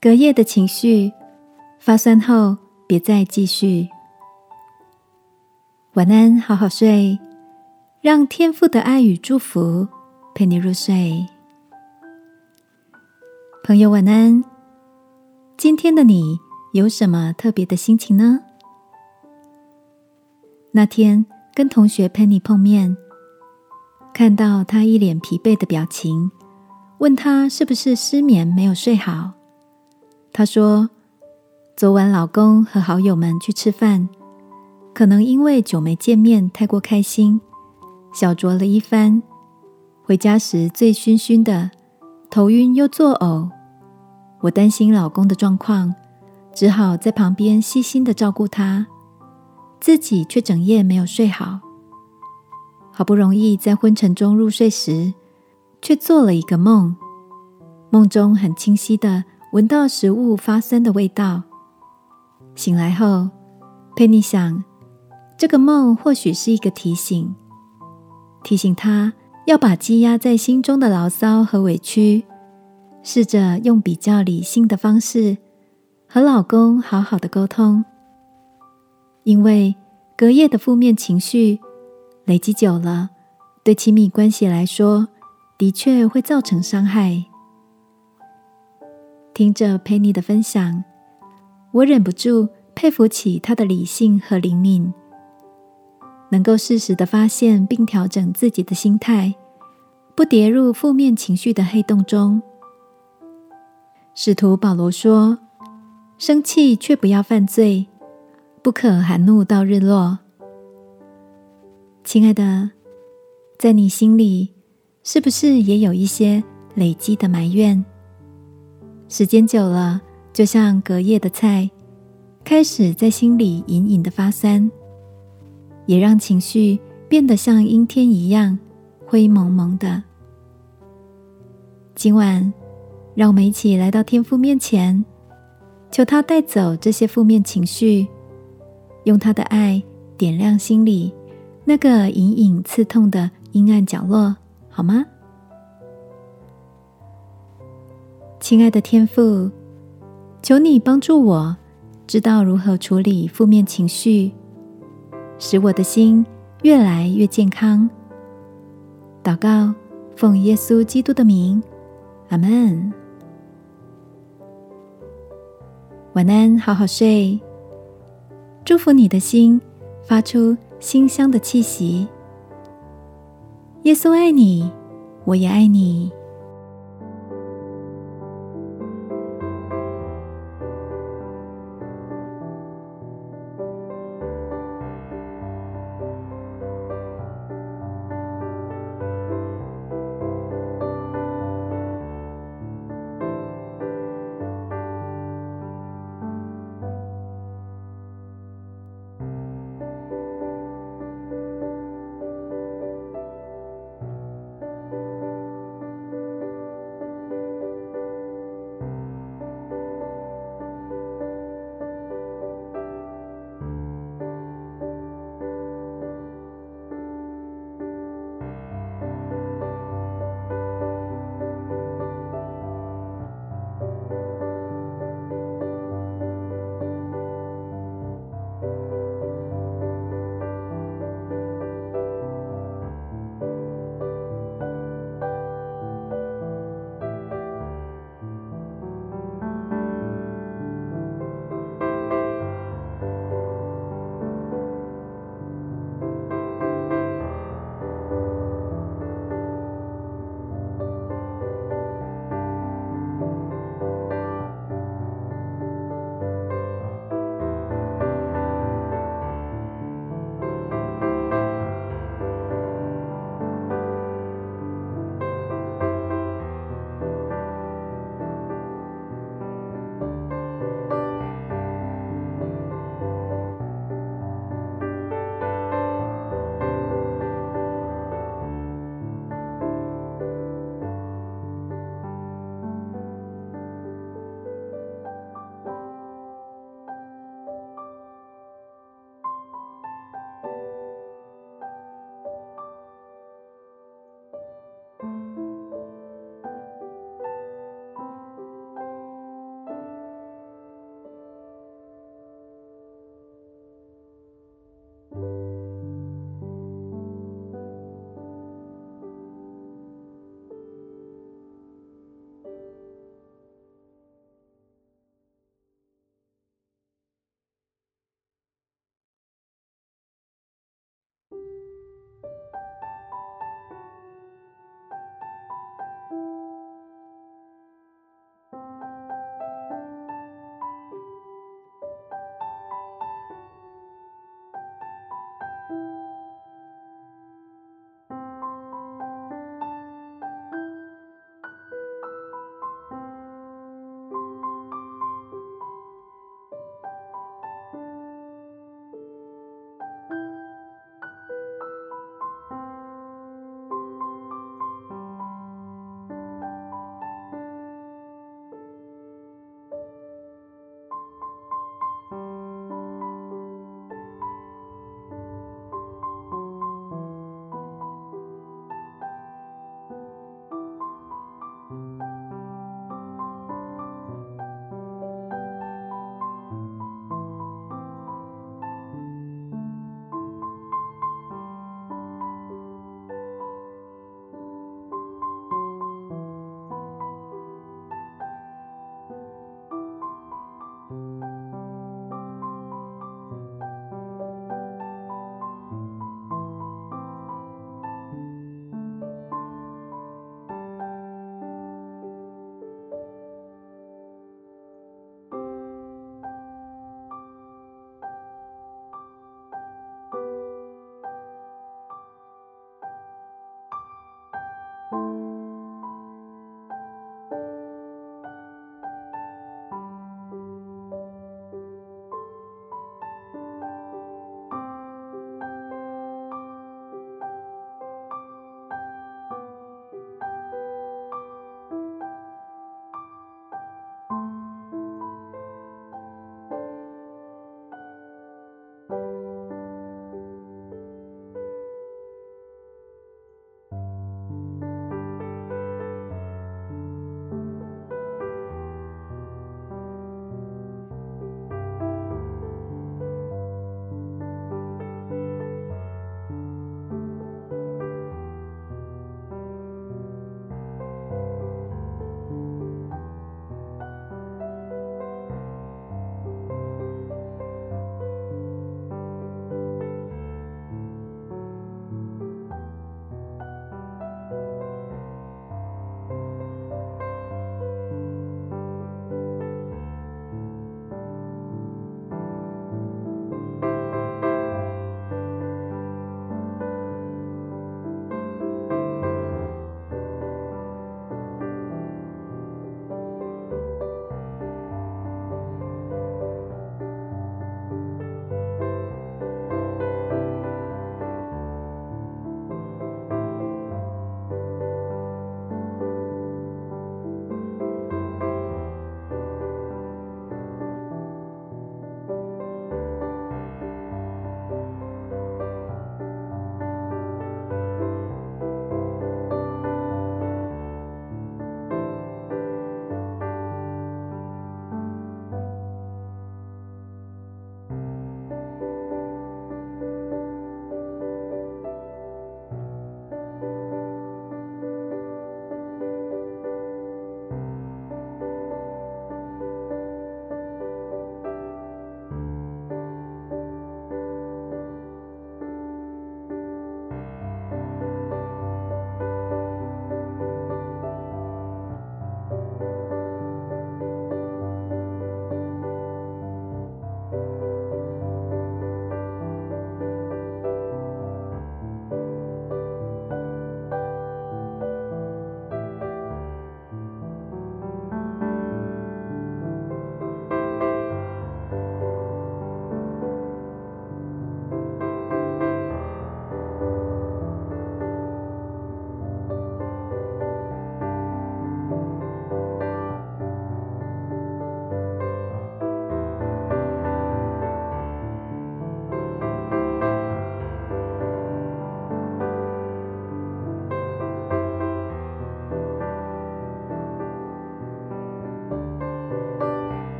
隔夜的情绪，发酸后别再继续。晚安，好好睡，让天父的爱与祝福陪你入睡。朋友晚安，今天的你有什么特别的心情呢？那天跟同学 Penny 碰面，看到她一脸疲惫的表情，问她是不是失眠没有睡好。她说，昨晚老公和好友们去吃饭，可能因为久没见面太过开心，小酌了一番，回家时醉醺醺的，头晕又作呕。我担心老公的状况，只好在旁边细心的照顾他，自己却整夜没有睡好。好不容易在昏沉中入睡时，却做了一个梦，梦中很清晰的闻到食物发酸的味道。醒来后，佩妮想，这个梦或许是一个提醒她要把积压在心中的牢骚和委屈，试着用比较理性的方式和老公好好的沟通。因为隔夜的负面情绪累积久了，对亲密关系来说，的确会造成伤害。听着佩妮的分享，我忍不住佩服起她的理性和灵敏，能够适时的发现并调整自己的心态，不跌入负面情绪的黑洞中。使徒保罗说，生气却不要犯罪，不可含怒到日落。亲爱的，在你心里是不是也有一些累积的埋怨？时间久了，就像隔夜的菜，开始在心里隐隐的发酸，也让情绪变得像阴天一样灰蒙蒙的。今晚，让我们一起来到天父面前，求他带走这些负面情绪，用他的爱点亮心里那个隐隐刺痛的阴暗角落，好吗？亲爱的天父，求你帮助我知道如何处理负面情绪，使我的心越来越健康。祷告，奉耶稣基督的名，阿们。晚安，好好睡。祝福你的心发出馨香的气息。耶稣爱你，我也爱你。